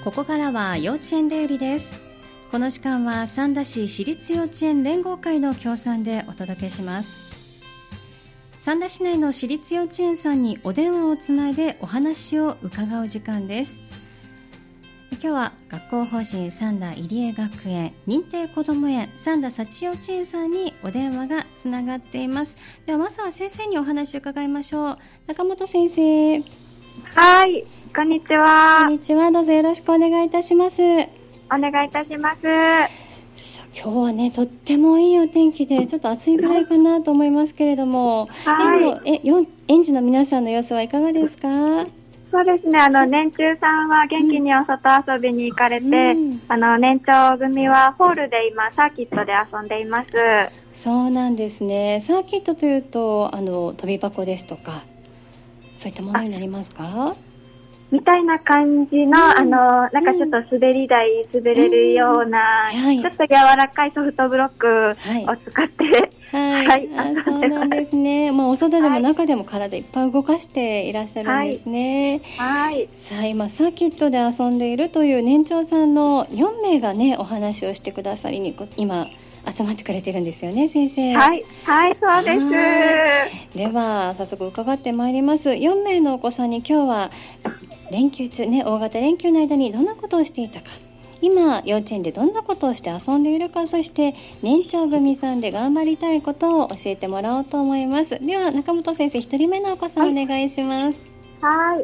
ここからは幼稚園デイリーです。この時間は三田市私立幼稚園連合会の協賛でお届けします。三田市内の私立幼稚園さんにお電話をつないでお話を伺う時間です。今日は学校法人三田入江学園認定こども園三田幸幼稚園さんにお電話がつながっています。ではまずは先生にお話を伺いましょう。中本先生。 はい、こんにちは。 こんにちは、どうぞよろしくお願いいたします。 お願いいたします。 今日はね、とってもいいお天気でちょっと暑いぐらいかなと思いますけれども、園児の皆さんの様子はいかがですか？ そうですね、年中さんは元気にお外遊びに行かれて、年長組はホールで今サーキットで遊んでいます。 そうなんですね。サーキットというと飛び箱ですとかそういったものになりますか？ みたいな感じの、なんかちょっと滑り台滑れるような、ちょっと柔らかいソフトブロックを使って、 そうなんですね。お外でも中でも体いっぱい動かしていらっしゃるんですね。さあ今サーキットで遊んでいるという年長さんの4名がねお話をしてくださりに今集まってくれてるんですよね、先生。 はい、そうです。 では早速伺ってまいります。4名のお子さんに今日は連休中ね、大型連休の間にどんなことをしていたか、今幼稚園でどんなことをして遊んでいるか、そして年長組さんで頑張りたいことを教えてもらおうと思います。では中本先生、1人目のお子さんお願いします。 はい。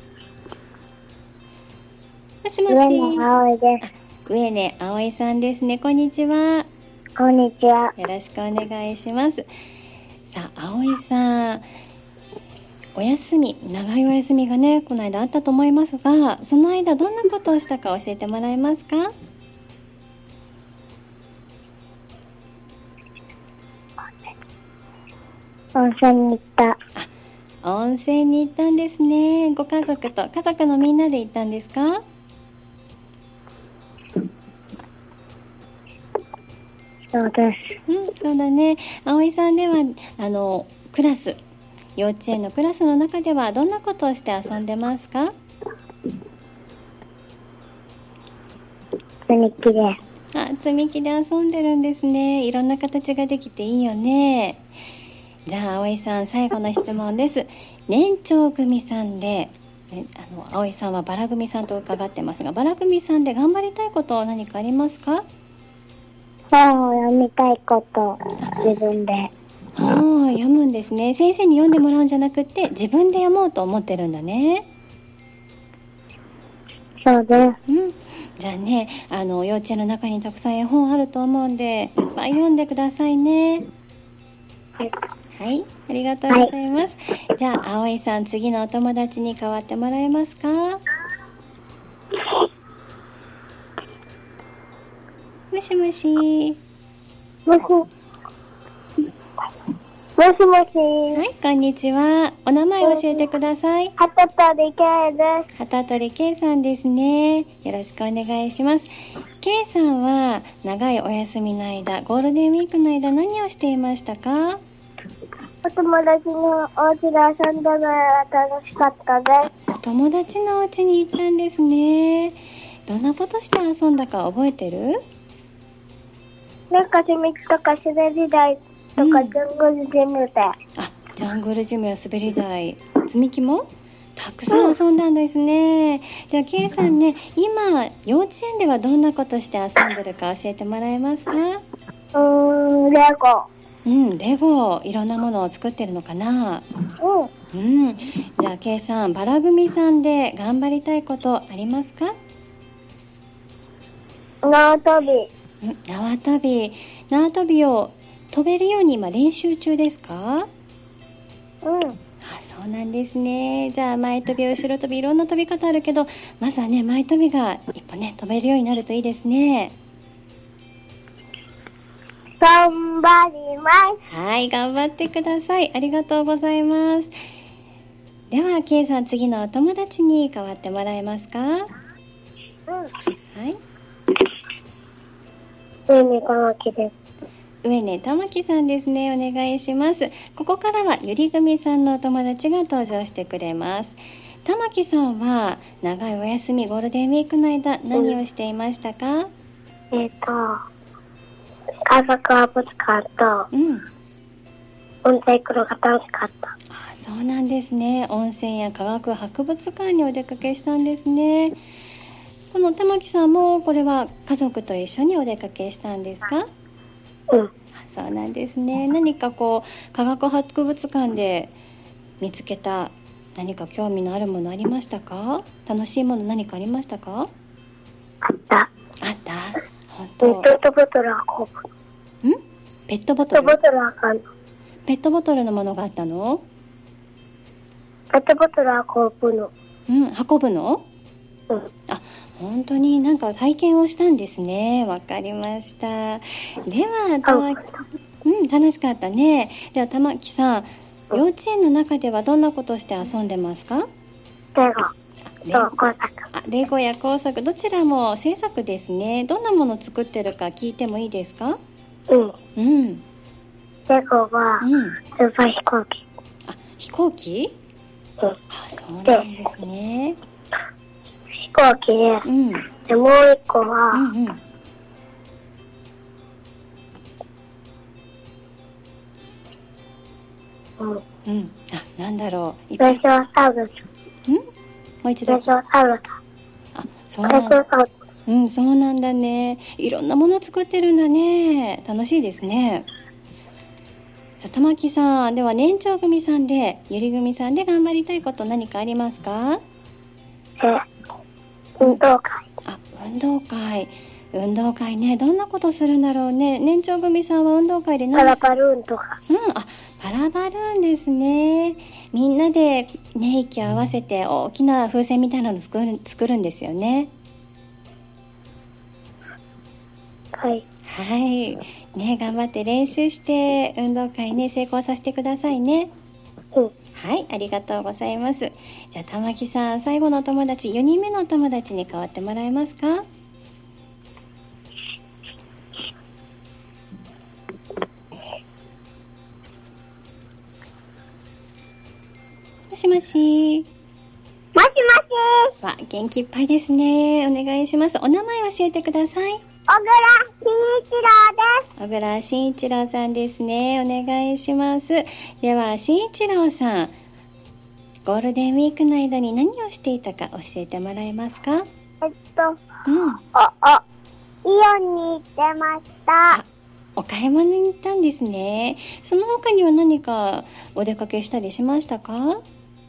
もしもし。 上根葵です。 上根葵さんですね。こんにちは。 こんにちは。 よろしくお願いします。さあ葵さん、お休み、長いお休みがねこの間あったと思いますが、その間どんなことをしたか教えてもらえますか？ 温泉に行った。 温泉に行ったんですね。ご家族と家族のみんなで行ったんですか？ そうです。 そうだね。葵さんではクラス、幼稚園のクラスの中ではどんなことをして遊んでますか？ 積み木で。 積み木で遊んでるんですね。いろんな形ができていいよね。じゃあ葵さん、最後の質問です。年長組さんで、葵さんはバラ組さんと伺ってますが、バラ組さんで頑張りたいことは何かありますか？ 本を読みたいこと、自分で。 本を読むんですね。先生に読んでもらうんじゃなくて自分で読もうと思ってるんだね。 そうです。 じゃあね、幼稚園の中にたくさん絵本あると思うんでいっぱい読んでくださいね。はい、ありがとうございます。じゃあ葵さん、次のお友達に代わってもらえますか？もしもし。 もしもし。 はい、こんにちは。お名前教えてください。 旗取圭です。 旗取圭さんですね。よろしくお願いします。圭さんは長いお休みの間、ゴールデンウィークの間何をしていましたか？ お友達のお家で遊んだのが楽しかったです。 お友達のお家に行ったんですね。どんなことして遊んだか覚えてる？ なんか積み木とか滑り台とかジャングルジムで。 ジャングルジムや滑り台、積み木もたくさん遊んだんですね。ではケイさんね、今幼稚園ではどんなことして遊んでるか教えてもらえますか？ レゴ。 レゴ、いろんなものを作ってるのかな？じゃあケイさん、バラ組さんで頑張りたいことありますか？ 縄跳び。 縄跳びを飛べるように今練習中ですか？そうなんですね。じゃあ前跳び、後ろ跳び、いろんな飛び方あるけど、まずはね前跳びが一歩ね飛べるようになるといいですね。 頑張ります。 はい、頑張ってください。ありがとうございます。では K さん、次のお友達に代わってもらえますか？はい。 上根玉木です。 上根玉木さんですね。お願いします。ここからはゆり組さんのお友達が登場してくれます。 玉木さんは長いお休みゴールデンウィークの間何をしていましたか？ 家族博物館と、温泉行くのが楽しかった。 そうなんですね。温泉や科学博物館にお出かけしたんですね。この玉木さんもこれは家族と一緒にお出かけしたんですか？そうなんですね。何かこう科学博物館で見つけた何か興味のあるものありましたか？楽しいもの何かありましたか？ あった。 本当。 ペットボトルはこう。 ペットボトル？ペットボトルのものがあったの？ ペットボトルは運ぶの。 運ぶの？本当になんか体験をしたんですね。わかりました。では楽しかったね。では玉木さん、幼稚園の中ではどんなことをして遊んでますか？レゴや工作、どちらも制作ですね。どんなものを作ってるか聞いてもいいですか？ レゴは、スーパー飛行機。 飛行機？そうなんですね。 飛行機で、もう一個は、 なんだろう。 プレシオサウルス。 もう一度。 プレシオサウルス。 そうなんだね。いろんなもの作ってるんだね。楽しいですね。さあ、玉木さん、では年長組さんでゆり組さんで頑張りたいこと何かありますか？ 運動会。 運動会ね。どんなことするんだろうね。年長組さんは運動会でパラバルーンとか。 パラバルーンですね。みんなでね、息を合わせて大きな風船みたいなの作るんですよね。ね、頑張って練習して運動会ね、成功させてくださいね。ありがとうございます。じゃあ玉木さん、最後のお友達、4人目のお友達に代わってもらえますか？もしもし。元気いっぱいですね。お願いします。お名前教えてください。小倉慎一郎さんですね。お願いします。では慎一郎さん、ゴールデンウィークの間に何をしていたか教えてもらえますか？ イオンに行ってました。 お買い物に行ったんですね。その他には何かお出かけしたりしましたか？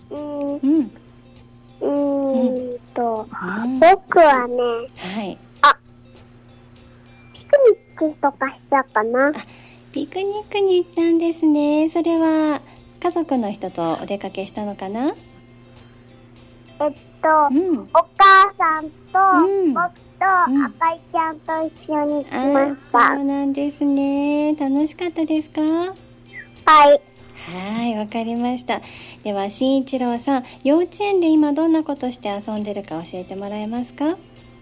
僕はね、ピクニックとかしたかな。 ピクニックに行ったんですね。それは家族の人とお出かけしたのかな？ お母さんと、僕と赤いちゃんと一緒に行きました。 そうなんですね。楽しかったですか？わかりました。では慎一郎さん、幼稚園で今どんなことして遊んでるか教えてもらえますか？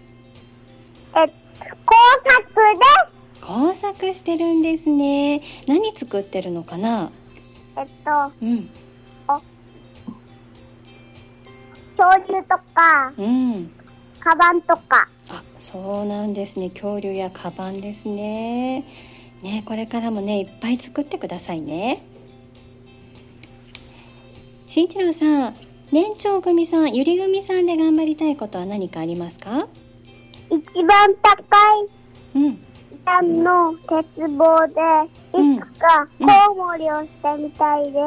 工作してるんですね。何作ってるのかな？ 恐竜とか、カバンとか。 そうなんですね。恐竜やカバンですね。これからもね、いっぱい作ってくださいね。慎一郎さん、年長組さん、ゆり組さんで頑張りたいことは何かありますか？ 一番高い段の鉄棒でいつかコウモリをしてみたいです。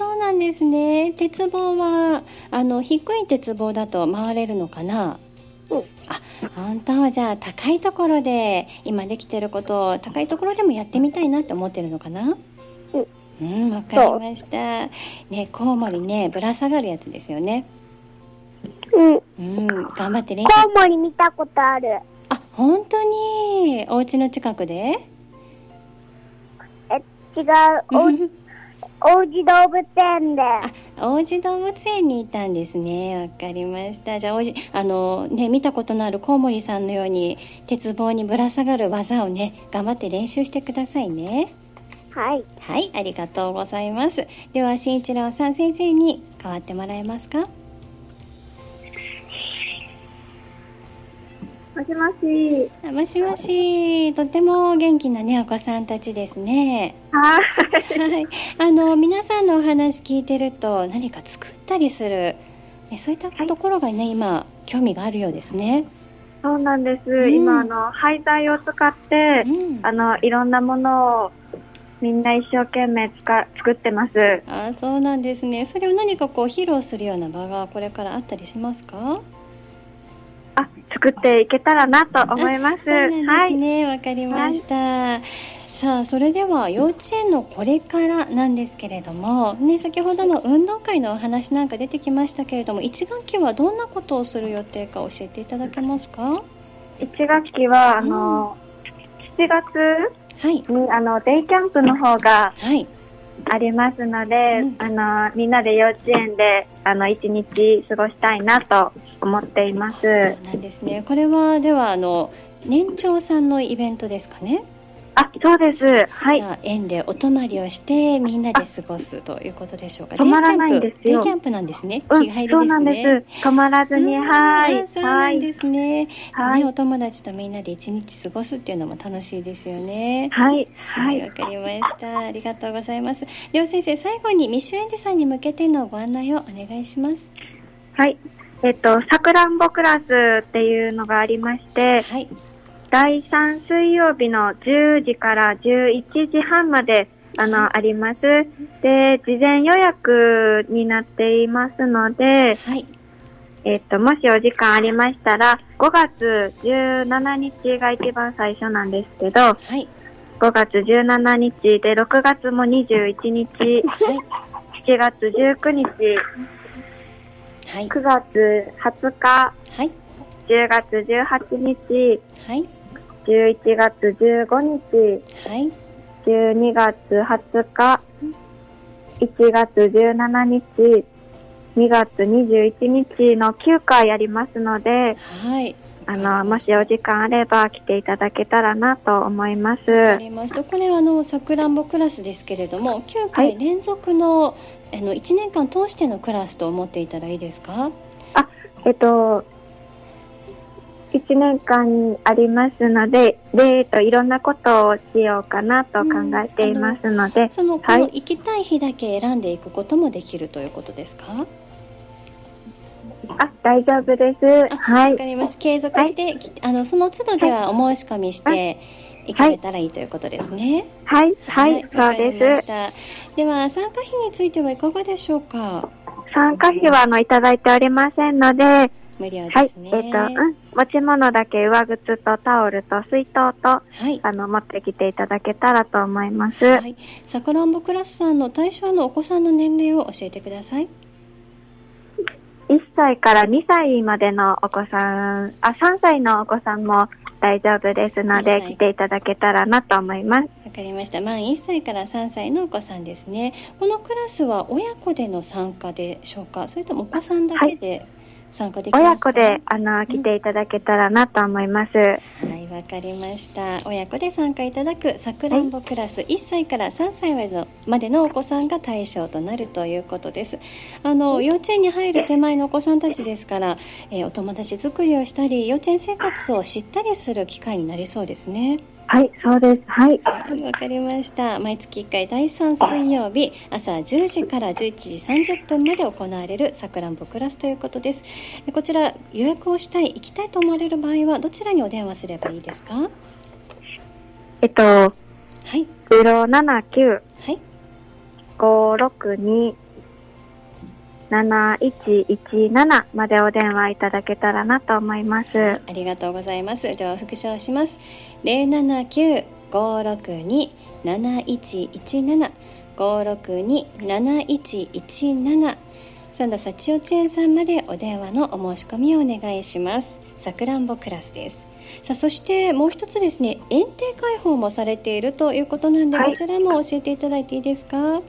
そうなんですね。鉄棒は低い鉄棒だと回れるのかな？本当。じゃあ高いところで今できてることを高いところでもやってみたいなって思ってるのかな？わかりました。コウモリね、ぶら下がるやつですよね。頑張って練習。 コウモリ見たことある。 本当に？お家の近くで？ 違う。王子動物園で。 王子動物園にいたんですね。わかりました。じゃあ見たことのあるコウモリさんのように鉄棒にぶら下がる技をね、頑張って練習してくださいね。ありがとうございます。では慎一郎さん、先生に代わってもらえますか？ もしもし。 もしもし。とても元気なね、お子さんたちですね。 はい。 皆さんのお話聞いてると、何か作ったりする、ね、そういったところがね、今、興味があるようですね。 そうなんです。今、廃材を使って、いろんなものをみんな一生懸命作ってます。 そうなんですね。それを何か披露するような場がこれからあったりしますか？ 作っていけたらなと思います。 そうなんですね。わかりました。さあ、それでは幼稚園のこれからなんですけれども、ね、先ほども運動会のお話なんか出てきましたけれども、1学期はどんなことをする予定か教えていただけますか ？1学期は、7月に、デイキャンプの方がありますので、みんなで幼稚園で1日過ごしたいなと思っています。そうなんですね。これはでは年長さんのイベントですかね？ そうです。はい。 じゃあ園でお泊まりをしてみんなで過ごすということでしょうか。 泊まらないんですよ。 デイキャンプなんですね。日帰りですね。 そうなんです。泊まらずに、はい。 そうなんですね。はい。お友達とみんなで一日過ごすっていうのも楽しいですよね。 はい。 はい。わかりました。ありがとうございます。では先生、最後に未就園児さんに向けてのご案内をお願いします。 はい。さくらんぼクラスっていうのがありまして、はい。第3水曜日の10時から11時半まであります。で、事前予約になっていますので、はい。もしお時間ありましたら、5月17日が一番最初なんですけど、はい。5月17日で6月も21日、はい。7月19日、はい。9月20日、はい。10月18日、はい。11月15日、はい、12月20日、1月17日、2月21日の9回ありますので、はい、もしお時間あれば来ていただけたらなと思います。 わかりました。これはさくらんぼクラスですけれども、9回連続の、1年間通してのクラスと思っていたらいいですか？1年間ありますので、いろんなことをしようかなと考えていますので、この行きたい日だけ選んでいくこともできるということですか？ 大丈夫です。はい。 わかります。継続して、はい、その都度ではお申し込みしていかれたらいいということですね。 はい、はい、そうです。 では、参加費についてはいかがでしょうか？ 参加費はいただいておりませんので、 無料ですね。 はい、持ち物だけ上靴とタオルと水筒と、はい、持ってきていただけたらと思います。はい。 さくらんぼクラスさんの対象のお子さんの年齢を教えてください。 1歳から2歳までのお子さん、3歳のお子さんも大丈夫ですので、来ていただけたらなと思います。わかりました。満1歳から3歳のお子さんですね。このクラスは親子での参加でしょうか？それともお子さんだけで参加できますか？ 親子で来ていただけたらなと思います。 はい、わかりました。親子で参加いただくさくらんぼクラス、1歳から3歳までのお子さんが対象となるということです。幼稚園に入る手前のお子さんたちですから、お友達作りをしたり幼稚園生活を知ったりする機会になりそうですね。 はい、そうです。はい。 わかりました。毎月1回第3水曜日朝10時から11時30分まで行われるさくらんぼクラスということです。こちら予約をしたい、行きたいと思われる場合はどちらにお電話すればいいですか？はい。 079、はい。562、7117までお電話いただけたらなと思います。 ありがとうございます。では復唱します。079-562-7117 562-7117三田幸幼稚園さんまでお電話のお申し込みをお願いします。さくらんぼクラスです。さあ、そしてもう一つですね、園庭開放もされているということなんで、はい、こちらも教えていただいていいですか？ はい、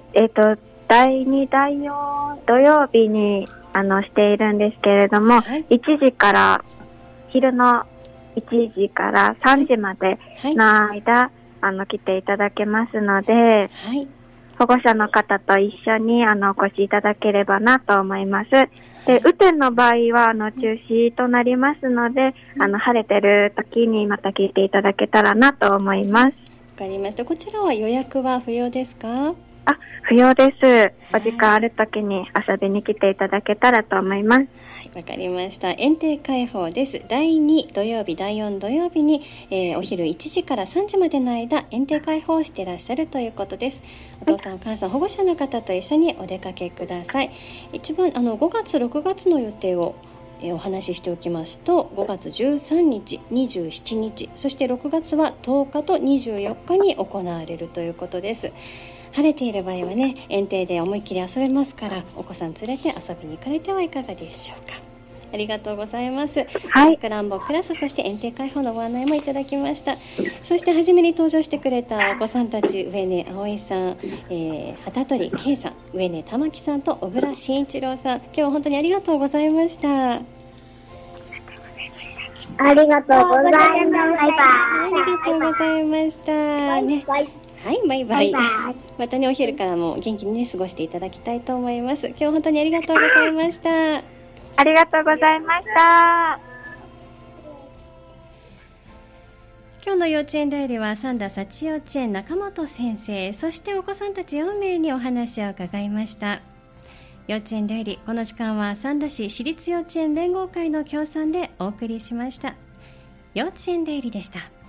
第2、第4土曜日にしているんですけれども、はい、昼の1時から3時までの間、来ていただけますので、はい、 保護者の方と一緒にお越しいただければなと思います。で、雨天の場合は中止となりますので、晴れてる時にまた聞いていただけたらなと思います。わかりました。こちらは予約は不要ですか？ 不要です。お時間ある時に遊びに来ていただけたらと思います。 わかりました。園庭開放です。第2土曜日、第4土曜日に、お昼1時から3時までの間、園庭開放していらっしゃるということです。お父さん、お母さん、保護者の方と一緒にお出かけください。一番5月、6月の予定をお話ししておきますと、5月13日、27日、そして6月は10日と24日に行われるということです。晴れている場合はね、園庭で思いっきり遊べますから、お子さん連れて遊びに行かれてはいかがでしょうか。ありがとうございます。さくらんぼクラス、そして園庭開放のご案内もいただきました。そして初めに登場してくれたお子さんたち、上根葵さん、旗取圭さん、上根玉木さんと小倉慎一郎さん、今日は本当にありがとうございました。 ありがとうございました。ありがとうございましたね。はい、バイバイ。またね、お昼からも元気にね、過ごしていただきたいと思います。今日は本当にありがとうございました。 ありがとうございました。 今日の幼稚園代理は三田幸幼稚園中本先生、そしてお子さんたち4名にお話を伺いました。幼稚園代理、この時間は三田市私立幼稚園連合会の協賛でお送りしました。幼稚園代理でした。